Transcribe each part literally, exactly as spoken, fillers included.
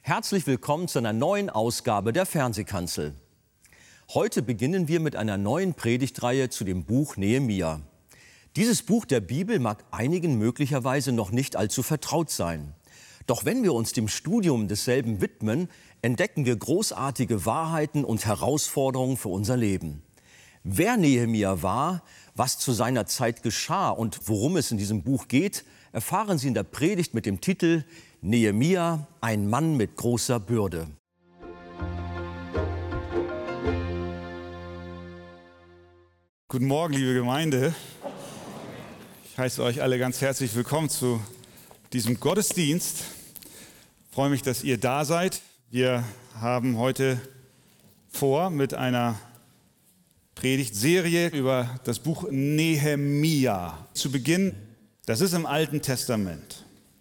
Herzlich willkommen zu einer neuen Ausgabe der Fernsehkanzel. Heute beginnen wir mit einer neuen Predigtreihe zu dem Buch Nehemia. Dieses Buch der Bibel mag einigen möglicherweise noch nicht allzu vertraut sein. Doch wenn wir uns dem Studium desselben widmen, entdecken wir großartige Wahrheiten und Herausforderungen für unser Leben. Wer Nehemia war, was zu seiner Zeit geschah und worum es in diesem Buch geht, erfahren Sie in der Predigt mit dem Titel Nehemia, ein Mann mit großer Bürde. Guten Morgen, liebe Gemeinde. Ich heiße euch alle ganz herzlich willkommen zu diesem Gottesdienst. Ich freue mich, dass ihr da seid. Wir haben heute vor mit einer Predigtserie über das Buch Nehemia zu Beginn. Das ist im Alten Testament.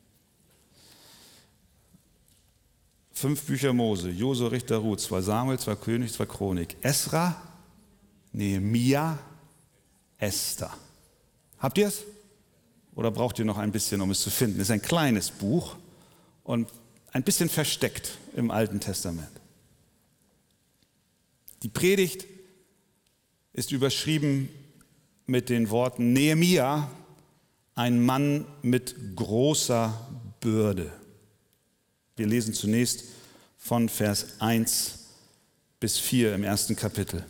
Fünf Bücher Mose, Josua, Richter, Ruth, zwei Samuel, zwei König, zwei Chronik, Esra, Nehemia, Esther. Habt ihr es? Oder braucht ihr noch ein bisschen, um es zu finden? Es ist ein kleines Buch und ein bisschen versteckt im Alten Testament. Die Predigt ist überschrieben mit den Worten Nehemia, ein Mann mit großer Bürde. Wir lesen zunächst von Vers eins bis vier im ersten Kapitel.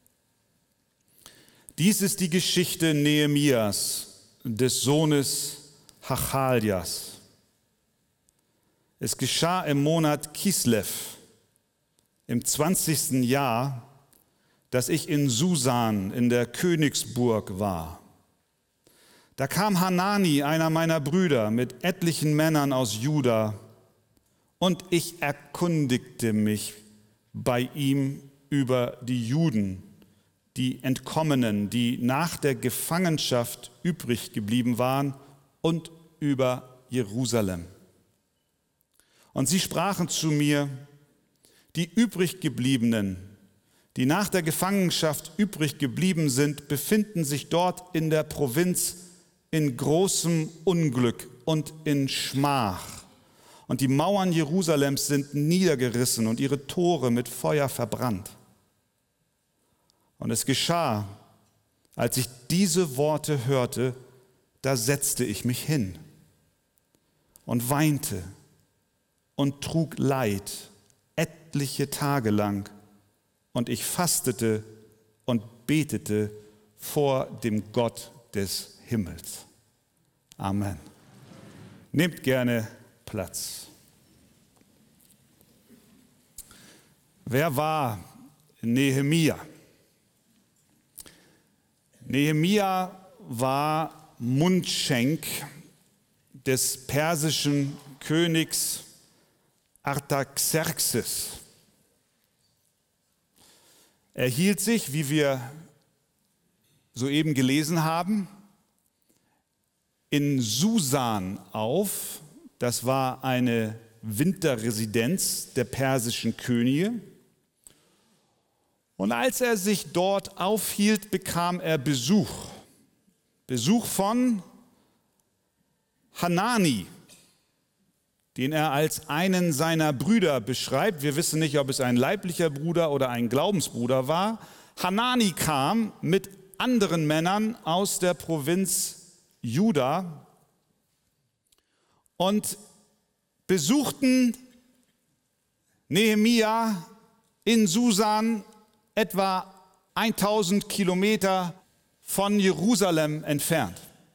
Dies ist die Geschichte Nehemias, des Sohnes Hachaljas. Es geschah im Monat Kislev, im zwanzigsten Jahr, dass ich in Susan in der Königsburg war. Da kam Hanani, einer meiner Brüder, mit etlichen Männern aus Juda, und ich erkundigte mich bei ihm über die Juden, die Entkommenen, die nach der Gefangenschaft übrig geblieben waren, und über Jerusalem. Und sie sprachen zu mir, die übriggebliebenen, die nach der Gefangenschaft übrig geblieben sind, befinden sich dort in der Provinz in großem Unglück und in Schmach. Und die Mauern Jerusalems sind niedergerissen und ihre Tore mit Feuer verbrannt. Und es geschah, als ich diese Worte hörte, da setzte ich mich hin und weinte und trug Leid etliche Tage lang. Und ich fastete und betete vor dem Gott des Himmels. Amen. Nehmt gerne Platz. Wer war Nehemia? Nehemia war Mundschenk des persischen Königs Artaxerxes. Er hielt sich, wie wir soeben gelesen haben, in Susan auf. Das war eine Winterresidenz der persischen Könige. Und als er sich dort aufhielt, bekam er Besuch. Besuch von Hanani, den er als einen seiner Brüder beschreibt. Wir wissen nicht, ob es ein leiblicher Bruder oder ein Glaubensbruder war. Hanani kam mit anderen Männern aus der Provinz Juda und besuchten Nehemia in Susan, etwa tausend Kilometer von Jerusalem entfernt.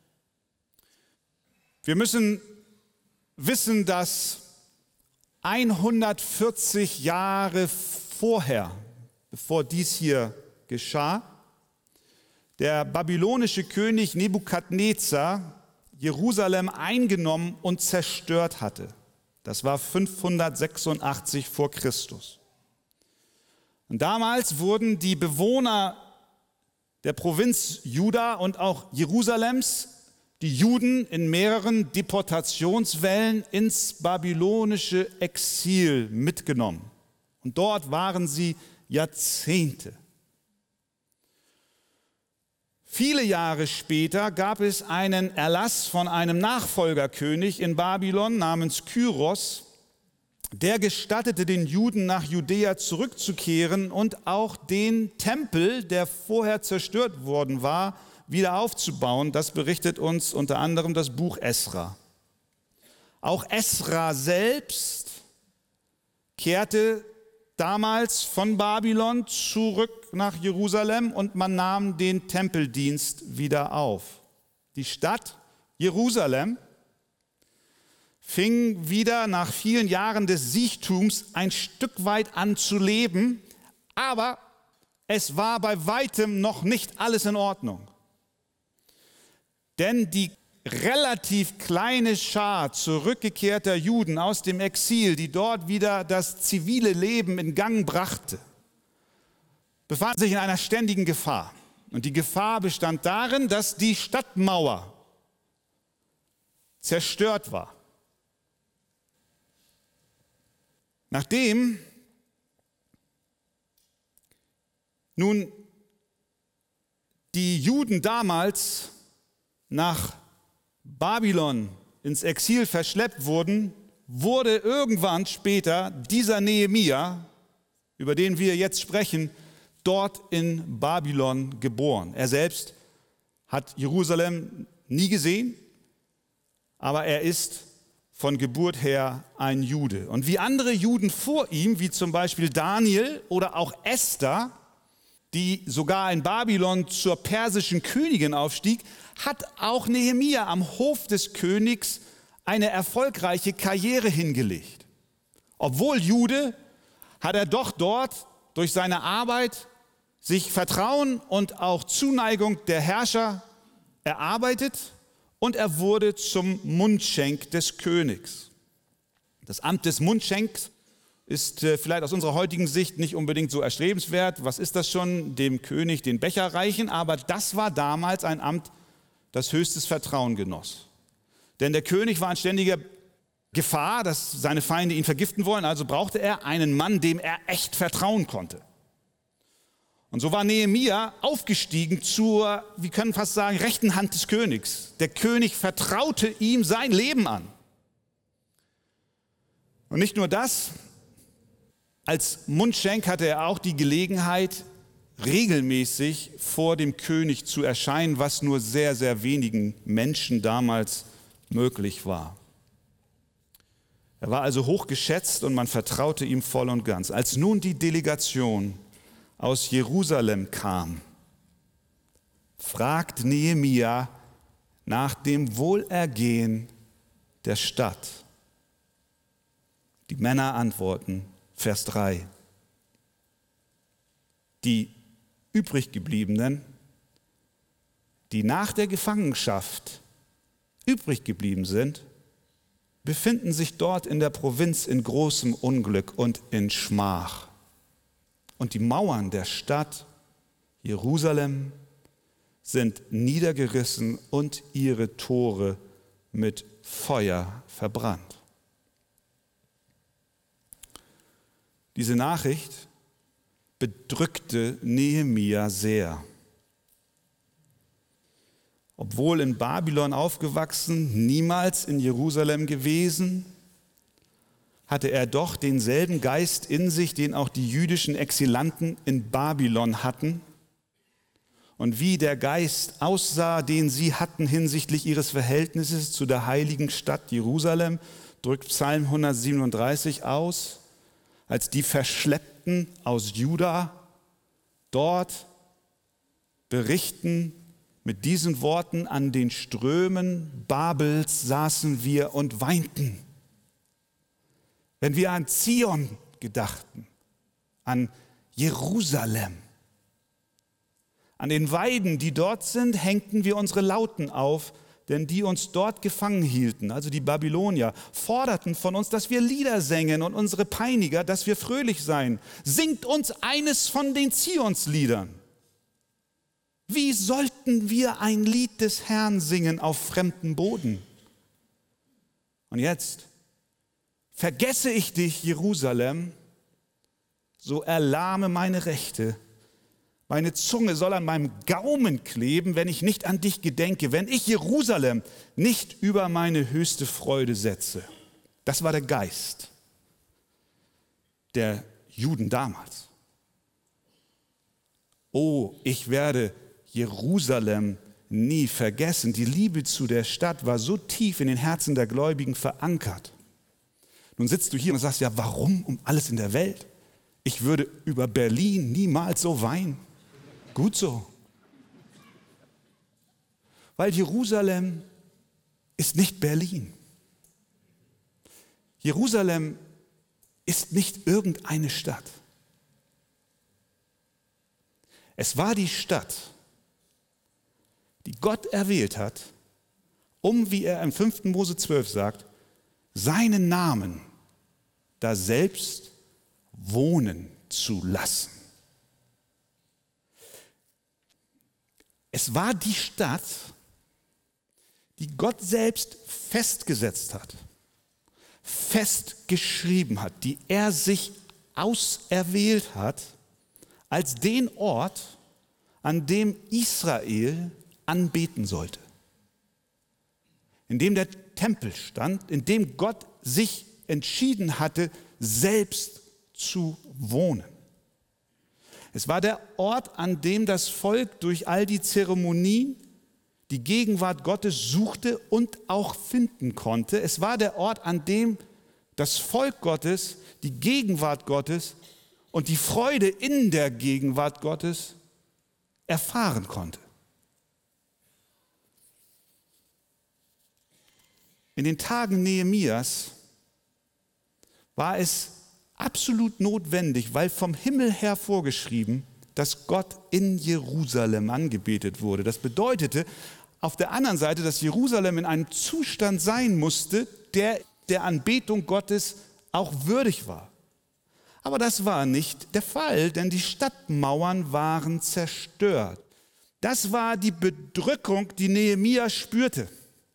Wir müssen wissen, dass hundertvierzig Jahre vorher, bevor dies hier geschah, der babylonische König Nebukadnezar Jerusalem eingenommen und zerstört hatte. Das war fünfhundertsechsundachtzig vor Christus. Und damals wurden die Bewohner der Provinz Juda und auch Jerusalems, die Juden, in mehreren Deportationswellen ins babylonische Exil mitgenommen. Und dort waren sie Jahrzehnte. Viele Jahre später gab es einen Erlass von einem Nachfolgerkönig in Babylon namens Kyros, der gestattete den Juden nach Judäa zurückzukehren und auch den Tempel, der vorher zerstört worden war, wieder aufzubauen. Das berichtet uns unter anderem das Buch Esra. Auch Esra selbst kehrte damals von Babylon zurück nach Jerusalem und man nahm den Tempeldienst wieder auf. Die Stadt Jerusalem fing wieder nach vielen Jahren des Siechstums ein Stück weit an zu leben, aber es war bei weitem noch nicht alles in Ordnung. Denn die relativ kleine Schar zurückgekehrter Juden aus dem Exil, die dort wieder das zivile Leben in Gang brachte, befand sich in einer ständigen Gefahr. Und die Gefahr bestand darin, dass die Stadtmauer zerstört war. Nachdem nun die Juden damals nach Babylon ins Exil verschleppt wurden, wurde irgendwann später dieser Nehemia, über den wir jetzt sprechen, dort in Babylon geboren. Er selbst hat Jerusalem nie gesehen, aber er ist von Geburt her ein Jude. Und wie andere Juden vor ihm, wie zum Beispiel Daniel oder auch Esther, die sogar in Babylon zur persischen Königin aufstieg, hat auch Nehemia am Hof des Königs eine erfolgreiche Karriere hingelegt. Obwohl Jude, hat er doch dort durch seine Arbeit sich Vertrauen und auch Zuneigung der Herrscher erarbeitet und er wurde zum Mundschenk des Königs. Das Amt des Mundschenks ist äh, vielleicht aus unserer heutigen Sicht nicht unbedingt so erstrebenswert. Was ist das schon? Dem König den Becher reichen. Aber das war damals ein Amt, das höchstes Vertrauen genoss. Denn der König war in ständiger Gefahr, dass seine Feinde ihn vergiften wollen. Also brauchte er einen Mann, dem er echt vertrauen konnte. Und so war Nehemia aufgestiegen zur, wir können fast sagen, rechten Hand des Königs. Der König vertraute ihm sein Leben an. Und nicht nur das, als Mundschenk hatte er auch die Gelegenheit, regelmäßig vor dem König zu erscheinen, was nur sehr, sehr wenigen Menschen damals möglich war. Er war also hoch geschätzt und man vertraute ihm voll und ganz. Als nun die Delegation aus Jerusalem kam, fragt Nehemia nach dem Wohlergehen der Stadt. Die Männer antworten, Vers drei. Die übriggebliebenen, die nach der Gefangenschaft übrig geblieben sind, befinden sich dort in der Provinz in großem Unglück und in Schmach. Und die Mauern der Stadt Jerusalem sind niedergerissen und ihre Tore mit Feuer verbrannt. Diese Nachricht bedrückte Nehemia sehr. Obwohl in Babylon aufgewachsen, niemals in Jerusalem gewesen, hatte er doch denselben Geist in sich, den auch die jüdischen Exilanten in Babylon hatten. Und wie der Geist aussah, den sie hatten hinsichtlich ihres Verhältnisses zu der heiligen Stadt Jerusalem, drückt Psalm hundertsiebenunddreißig aus, als die Verschleppten aus Juda dort berichten mit diesen Worten: An den Strömen Babels saßen wir und weinten. Wenn wir an Zion gedachten, an Jerusalem, an den Weiden, die dort sind, hängten wir unsere Lauten auf, denn die uns dort gefangen hielten, also die Babylonier, forderten von uns, dass wir Lieder sängen und unsere Peiniger, dass wir fröhlich seien. Singt uns eines von den Zionsliedern. Wie sollten wir ein Lied des Herrn singen auf fremdem Boden? Und jetzt vergesse ich dich, Jerusalem, so erlahme meine Rechte. Meine Zunge soll an meinem Gaumen kleben, wenn ich nicht an dich gedenke, wenn ich Jerusalem nicht über meine höchste Freude setze. Das war der Geist, der Juden damals. Oh, ich werde Jerusalem nie vergessen. Die Liebe zu der Stadt war so tief in den Herzen der Gläubigen verankert. Nun sitzt du hier und sagst, ja, warum um alles in der Welt? Ich würde über Berlin niemals so weinen. Gut so. Weil Jerusalem ist nicht Berlin. Jerusalem ist nicht irgendeine Stadt. Es war die Stadt, die Gott erwählt hat, um, wie er im fünften Mose zwölf sagt, seinen Namen da selbst wohnen zu lassen. Es war die Stadt, die Gott selbst festgesetzt hat, festgeschrieben hat, die er sich auserwählt hat, als den Ort, an dem Israel anbeten sollte. In dem der Tempel stand, in dem Gott sich entschieden hatte, selbst zu wohnen. Es war der Ort, an dem das Volk durch all die Zeremonien die Gegenwart Gottes suchte und auch finden konnte. Es war der Ort, an dem das Volk Gottes die Gegenwart Gottes und die Freude in der Gegenwart Gottes erfahren konnte. In den Tagen Nehemias war es absolut notwendig, weil vom Himmel her vorgeschrieben, dass Gott in Jerusalem angebetet wurde. Das bedeutete auf der anderen Seite, dass Jerusalem in einem Zustand sein musste, der der Anbetung Gottes auch würdig war. Aber das war nicht der Fall, denn die Stadtmauern waren zerstört. Das war die Bedrückung, die Nehemia spürte.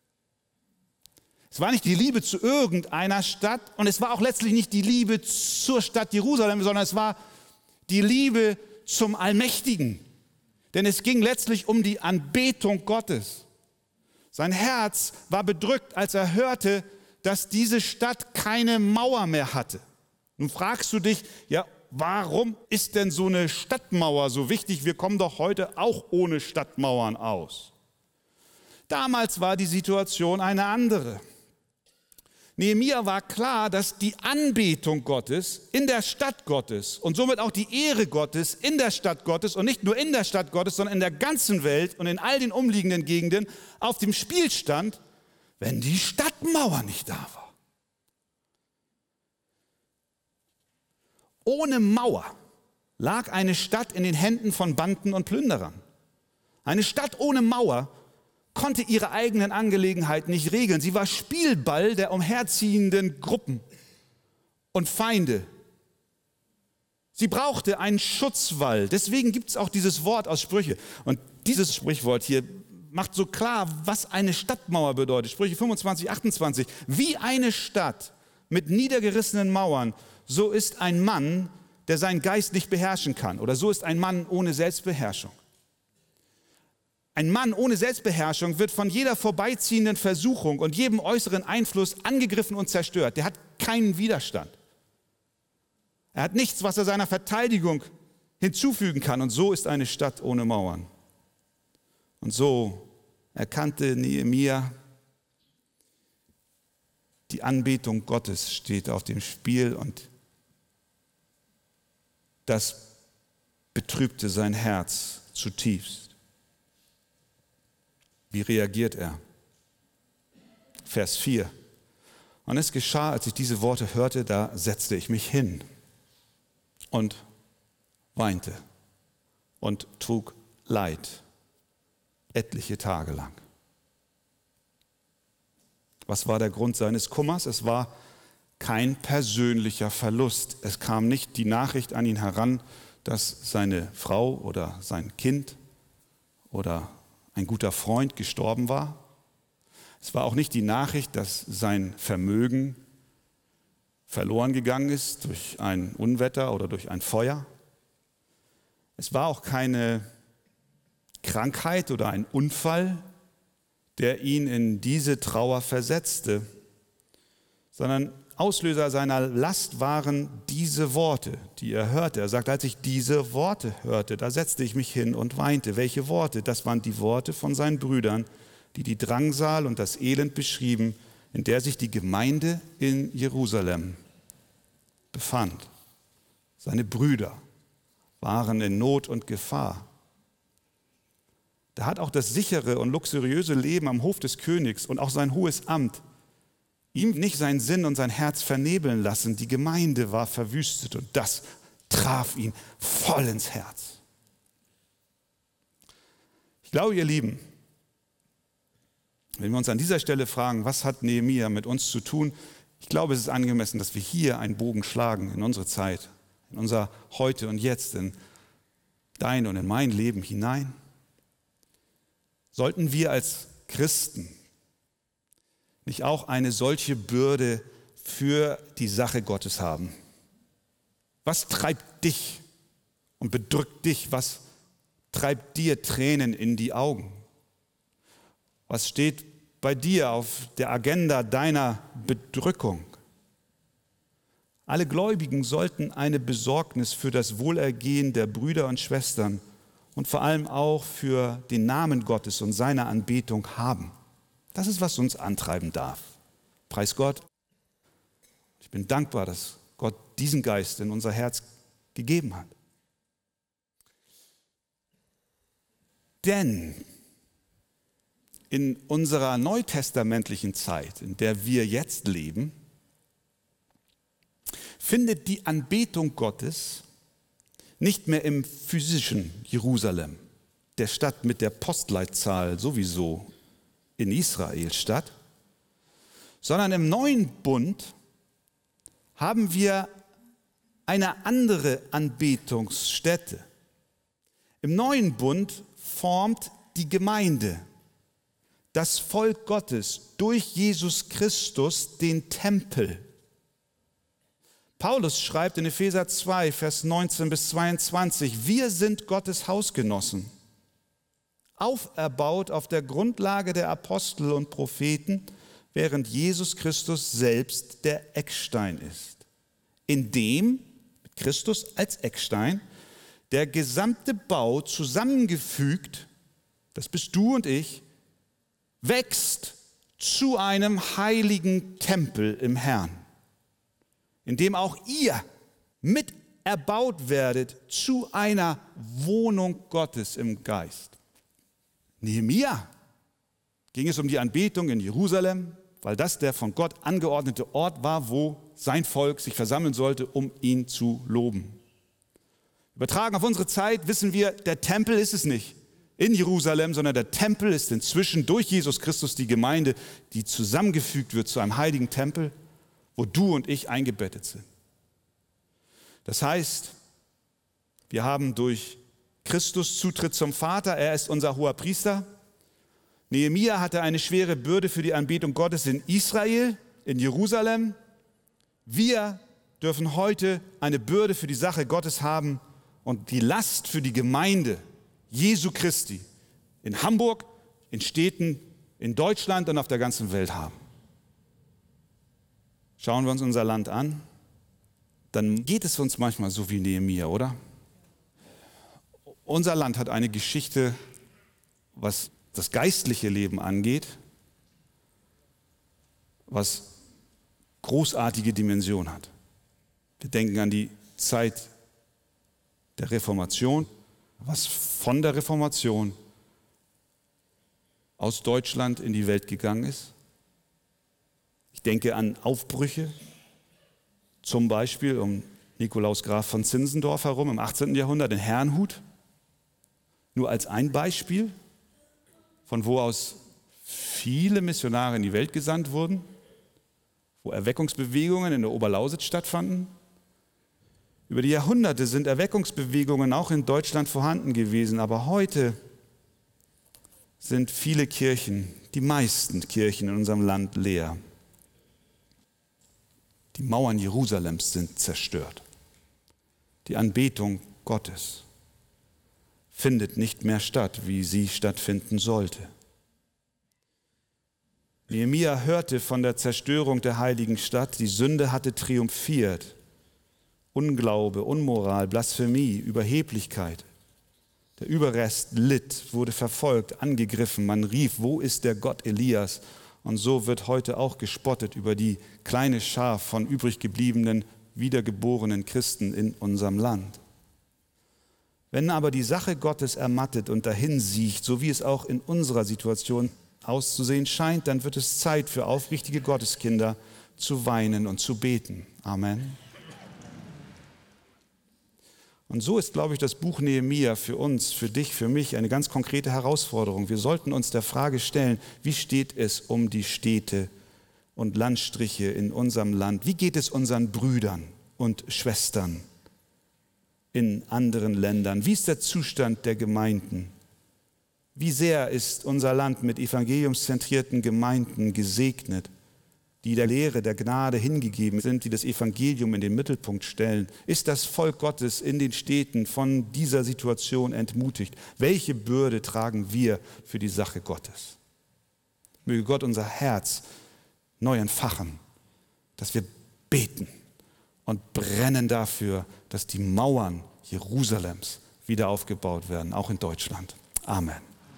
Es war nicht die Liebe zu irgendeiner Stadt und es war auch letztlich nicht die Liebe zur Stadt Jerusalem, sondern es war die Liebe zum Allmächtigen. Denn es ging letztlich um die Anbetung Gottes. Sein Herz war bedrückt, als er hörte, dass diese Stadt keine Mauer mehr hatte. Nun fragst du dich, ja, warum ist denn so eine Stadtmauer so wichtig? Wir kommen doch heute auch ohne Stadtmauern aus. Damals war die Situation eine andere. Nehemia war klar, dass die Anbetung Gottes in der Stadt Gottes und somit auch die Ehre Gottes in der Stadt Gottes und nicht nur in der Stadt Gottes, sondern in der ganzen Welt und in all den umliegenden Gegenden auf dem Spiel stand, wenn die Stadtmauer nicht da war. Ohne Mauer lag eine Stadt in den Händen von Banden und Plünderern. Eine Stadt ohne Mauer konnte ihre eigenen Angelegenheiten nicht regeln. Sie war Spielball der umherziehenden Gruppen und Feinde. Sie brauchte einen Schutzwall. Deswegen gibt es auch dieses Wort aus Sprüche. Und dieses Sprichwort hier macht so klar, was eine Stadtmauer bedeutet. Sprüche fünfundzwanzig, achtundzwanzig. Wie eine Stadt mit niedergerissenen Mauern, so ist ein Mann, der seinen Geist nicht beherrschen kann. Oder so ist ein Mann ohne Selbstbeherrschung. Ein Mann ohne Selbstbeherrschung wird von jeder vorbeiziehenden Versuchung und jedem äußeren Einfluss angegriffen und zerstört. Der hat keinen Widerstand. Er hat nichts, was er seiner Verteidigung hinzufügen kann. Und so ist eine Stadt ohne Mauern. Und so erkannte Nehemia, die Anbetung Gottes steht auf dem Spiel und das betrübte sein Herz zutiefst. Wie reagiert er? Vers vier. Und es geschah, als ich diese Worte hörte, da setzte ich mich hin und weinte und trug Leid, etliche Tage lang. Was war der Grund seines Kummers? Es war kein persönlicher Verlust. Es kam nicht die Nachricht an ihn heran, dass seine Frau oder sein Kind oder ein guter Freund gestorben war. Es war auch nicht die Nachricht, dass sein Vermögen verloren gegangen ist durch ein Unwetter oder durch ein Feuer. Es war auch keine Krankheit oder ein Unfall, der ihn in diese Trauer versetzte, sondern Auslöser seiner Last waren diese Worte, die er hörte. Er sagt, als ich diese Worte hörte, da setzte ich mich hin und weinte. Welche Worte? Das waren die Worte von seinen Brüdern, die die Drangsal und das Elend beschrieben, in der sich die Gemeinde in Jerusalem befand. Seine Brüder waren in Not und Gefahr. Da hat auch das sichere und luxuriöse Leben am Hof des Königs und auch sein hohes Amt ihm nicht seinen Sinn und sein Herz vernebeln lassen. Die Gemeinde war verwüstet und das traf ihn voll ins Herz. Ich glaube, ihr Lieben, wenn wir uns an dieser Stelle fragen, was hat Nehemia mit uns zu tun, ich glaube, es ist angemessen, dass wir hier einen Bogen schlagen in unsere Zeit, in unser Heute und Jetzt, in dein und in mein Leben hinein. Sollten wir als Christen nicht auch eine solche Bürde für die Sache Gottes haben? Was treibt dich und bedrückt dich? Was treibt dir Tränen in die Augen? Was steht bei dir auf der Agenda deiner Bedrückung? Alle Gläubigen sollten eine Besorgnis für das Wohlergehen der Brüder und Schwestern und vor allem auch für den Namen Gottes und seine Anbetung haben. Das ist, was uns antreiben darf. Preis Gott. Ich bin dankbar, dass Gott diesen Geist in unser Herz gegeben hat. Denn in unserer neutestamentlichen Zeit, in der wir jetzt leben, findet die Anbetung Gottes nicht mehr im physischen Jerusalem, der Stadt mit der Postleitzahl sowieso in Israel statt, sondern im neuen Bund haben wir eine andere Anbetungsstätte. Im neuen Bund formt die Gemeinde, das Volk Gottes, durch Jesus Christus den Tempel. Paulus schreibt in Epheser zwei, Vers neunzehn bis zweiundzwanzig, wir sind Gottes Hausgenossen, auferbaut auf der Grundlage der Apostel und Propheten, während Jesus Christus selbst der Eckstein ist, in dem, mit Christus als Eckstein, der gesamte Bau zusammengefügt, das bist du und ich, wächst zu einem heiligen Tempel im Herrn, in dem auch ihr mit erbaut werdet zu einer Wohnung Gottes im Geist. Nehemia ging es um die Anbetung in Jerusalem, weil das der von Gott angeordnete Ort war, wo sein Volk sich versammeln sollte, um ihn zu loben. Übertragen auf unsere Zeit wissen wir, der Tempel ist es nicht in Jerusalem, sondern der Tempel ist inzwischen durch Jesus Christus die Gemeinde, die zusammengefügt wird zu einem heiligen Tempel, wo du und ich eingebettet sind. Das heißt, wir haben durch Christus Zutritt zum Vater, er ist unser hoher Priester. Nehemia hatte eine schwere Bürde für die Anbetung Gottes in Israel, in Jerusalem. Wir dürfen heute eine Bürde für die Sache Gottes haben und die Last für die Gemeinde Jesu Christi in Hamburg, in Städten, in Deutschland und auf der ganzen Welt haben. Schauen wir uns unser Land an, dann geht es uns manchmal so wie Nehemia, oder? Unser Land hat eine Geschichte, was das geistliche Leben angeht, was großartige Dimension hat. Wir denken an die Zeit der Reformation, was von der Reformation aus Deutschland in die Welt gegangen ist. Ich denke an Aufbrüche, zum Beispiel um Nikolaus Graf von Zinzendorf herum im achtzehnten Jahrhundert in Herrnhut. Nur als ein Beispiel, von wo aus viele Missionare in die Welt gesandt wurden, wo Erweckungsbewegungen in der Oberlausitz stattfanden. Über die Jahrhunderte sind Erweckungsbewegungen auch in Deutschland vorhanden gewesen, aber heute sind viele Kirchen, die meisten Kirchen in unserem Land leer. Die Mauern Jerusalems sind zerstört. Die Anbetung Gottes findet nicht mehr statt, wie sie stattfinden sollte. Nehemia hörte von der Zerstörung der heiligen Stadt. Die Sünde hatte triumphiert. Unglaube, Unmoral, Blasphemie, Überheblichkeit. Der Überrest litt, wurde verfolgt, angegriffen. Man rief, wo ist der Gott Elias? Und so wird heute auch gespottet über die kleine Schar von übrig gebliebenen, wiedergeborenen Christen in unserem Land. Wenn aber die Sache Gottes ermattet und dahinsiecht, so wie es auch in unserer Situation auszusehen scheint, dann wird es Zeit für aufrichtige Gotteskinder zu weinen und zu beten. Amen. Und so ist, glaube ich, das Buch Nehemia für uns, für dich, für mich eine ganz konkrete Herausforderung. Wir sollten uns der Frage stellen, wie steht es um die Städte und Landstriche in unserem Land? Wie geht es unseren Brüdern und Schwestern in anderen Ländern? Wie ist der Zustand der Gemeinden? Wie sehr ist unser Land mit evangeliumszentrierten Gemeinden gesegnet, die der Lehre, der Gnade hingegeben sind, die das Evangelium in den Mittelpunkt stellen? Ist das Volk Gottes in den Städten von dieser Situation entmutigt? Welche Bürde tragen wir für die Sache Gottes? Möge Gott unser Herz neu entfachen, dass wir beten und brennen dafür, dass die Mauern Jerusalems wieder aufgebaut werden, auch in Deutschland. Amen.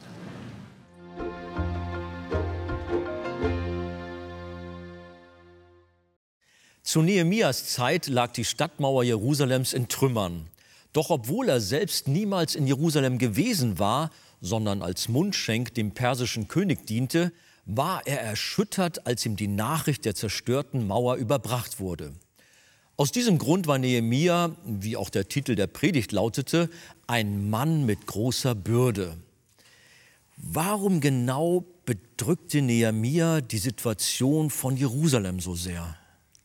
Zu Nehemias Zeit lag die Stadtmauer Jerusalems in Trümmern. Doch obwohl er selbst niemals in Jerusalem gewesen war, sondern als Mundschenk dem persischen König diente, war er erschüttert, als ihm die Nachricht der zerstörten Mauer überbracht wurde. Aus diesem Grund war Nehemia, wie auch der Titel der Predigt lautete, ein Mann mit großer Bürde. Warum genau bedrückte Nehemia die Situation von Jerusalem so sehr?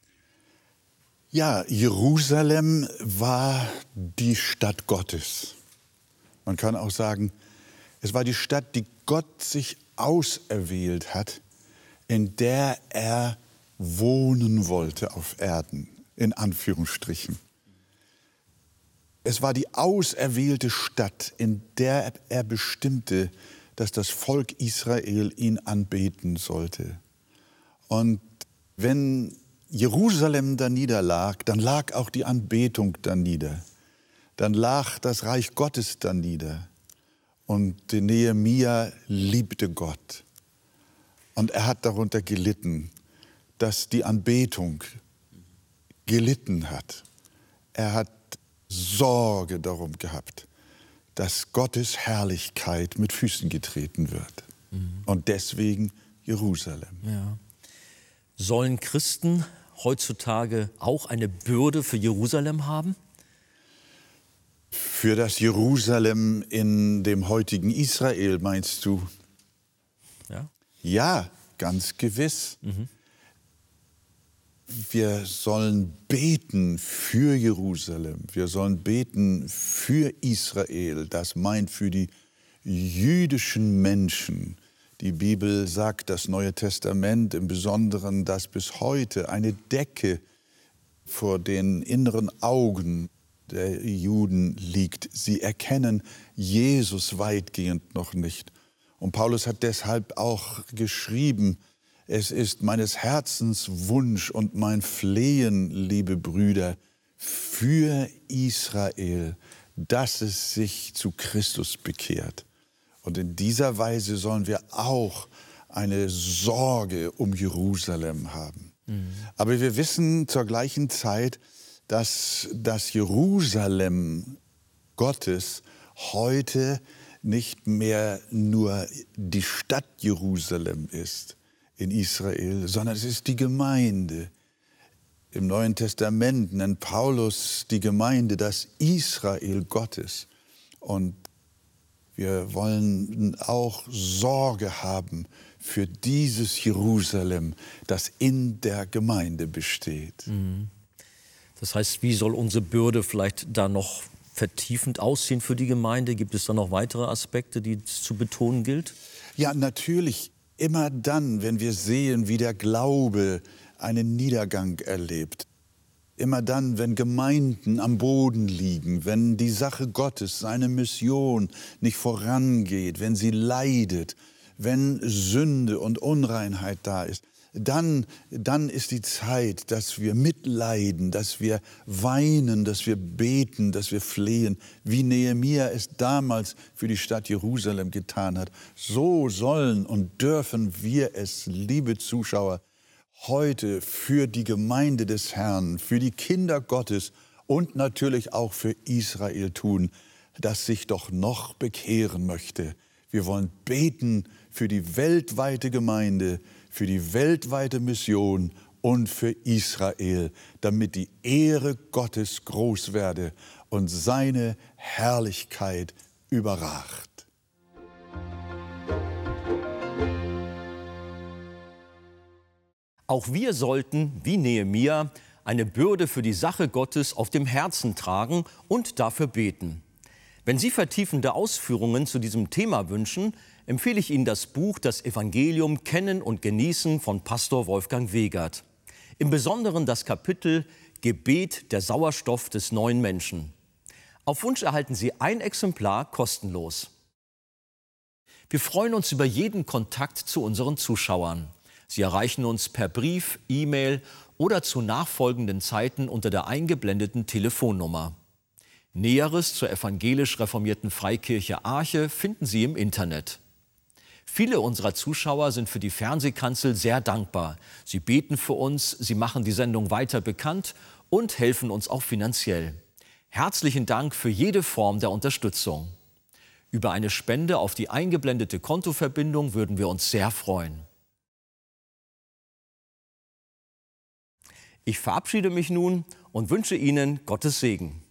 Ja, Jerusalem war die Stadt Gottes. Man kann auch sagen, es war die Stadt, die Gott sich auserwählt hat, in der er wohnen wollte auf Erden, in Anführungsstrichen. Es war die auserwählte Stadt, in der er bestimmte, dass das Volk Israel ihn anbeten sollte. Und wenn Jerusalem da niederlag, dann lag auch die Anbetung da nieder. Dann lag das Reich Gottes da nieder. Und Nehemia liebte Gott. Und er hat darunter gelitten, dass die Anbetung gelitten hat. Er hat Sorge darum gehabt, dass Gottes Herrlichkeit mit Füßen getreten wird. Mhm. Und deswegen Jerusalem. Ja. Sollen Christen heutzutage auch eine Bürde für Jerusalem haben? Für das Jerusalem in dem heutigen Israel, meinst du? Ja, ja, ganz gewiss. Mhm. Wir sollen beten für Jerusalem. Wir sollen beten für Israel. Das meint für die jüdischen Menschen. Die Bibel sagt, das Neue Testament im Besonderen, dass bis heute eine Decke vor den inneren Augen der Juden liegt. Sie erkennen Jesus weitgehend noch nicht. Und Paulus hat deshalb auch geschrieben, es ist meines Herzens Wunsch und mein Flehen, liebe Brüder, für Israel, dass es sich zu Christus bekehrt. Und in dieser Weise sollen wir auch eine Sorge um Jerusalem haben. Mhm. Aber wir wissen zur gleichen Zeit, dass das Jerusalem Gottes heute nicht mehr nur die Stadt Jerusalem ist in Israel, sondern es ist die Gemeinde. Im Neuen Testament nennt Paulus die Gemeinde das Israel Gottes. Und wir wollen auch Sorge haben für dieses Jerusalem, das in der Gemeinde besteht. Das heißt, wie soll unsere Bürde vielleicht da noch vertiefend aussehen für die Gemeinde? Gibt es da noch weitere Aspekte, die es zu betonen gilt? Ja, natürlich. Immer dann, wenn wir sehen, wie der Glaube einen Niedergang erlebt. Immer dann, wenn Gemeinden am Boden liegen, wenn die Sache Gottes, seine Mission nicht vorangeht, wenn sie leidet, wenn Sünde und Unreinheit da ist, dann, dann ist die Zeit, dass wir mitleiden, dass wir weinen, dass wir beten, dass wir flehen, wie Nehemia es damals für die Stadt Jerusalem getan hat. So sollen und dürfen wir es, liebe Zuschauer, heute für die Gemeinde des Herrn, für die Kinder Gottes und natürlich auch für Israel tun, das sich doch noch bekehren möchte. Wir wollen beten für die weltweite Gemeinde, für die weltweite Mission und für Israel, damit die Ehre Gottes groß werde und seine Herrlichkeit überragt. Auch wir sollten, wie Nehemia, eine Bürde für die Sache Gottes auf dem Herzen tragen und dafür beten. Wenn Sie vertiefende Ausführungen zu diesem Thema wünschen, empfehle ich Ihnen das Buch Das Evangelium Kennen und Genießen von Pastor Wolfgang Wegert. Im Besonderen das Kapitel Gebet, der Sauerstoff des neuen Menschen. Auf Wunsch erhalten Sie ein Exemplar kostenlos. Wir freuen uns über jeden Kontakt zu unseren Zuschauern. Sie erreichen uns per Brief, E-Mail oder zu nachfolgenden Zeiten unter der eingeblendeten Telefonnummer. Näheres zur evangelisch reformierten Freikirche Arche finden Sie im Internet. Viele unserer Zuschauer sind für die Fernsehkanzel sehr dankbar. Sie beten für uns, sie machen die Sendung weiter bekannt und helfen uns auch finanziell. Herzlichen Dank für jede Form der Unterstützung. Über eine Spende auf die eingeblendete Kontoverbindung würden wir uns sehr freuen. Ich verabschiede mich nun und wünsche Ihnen Gottes Segen.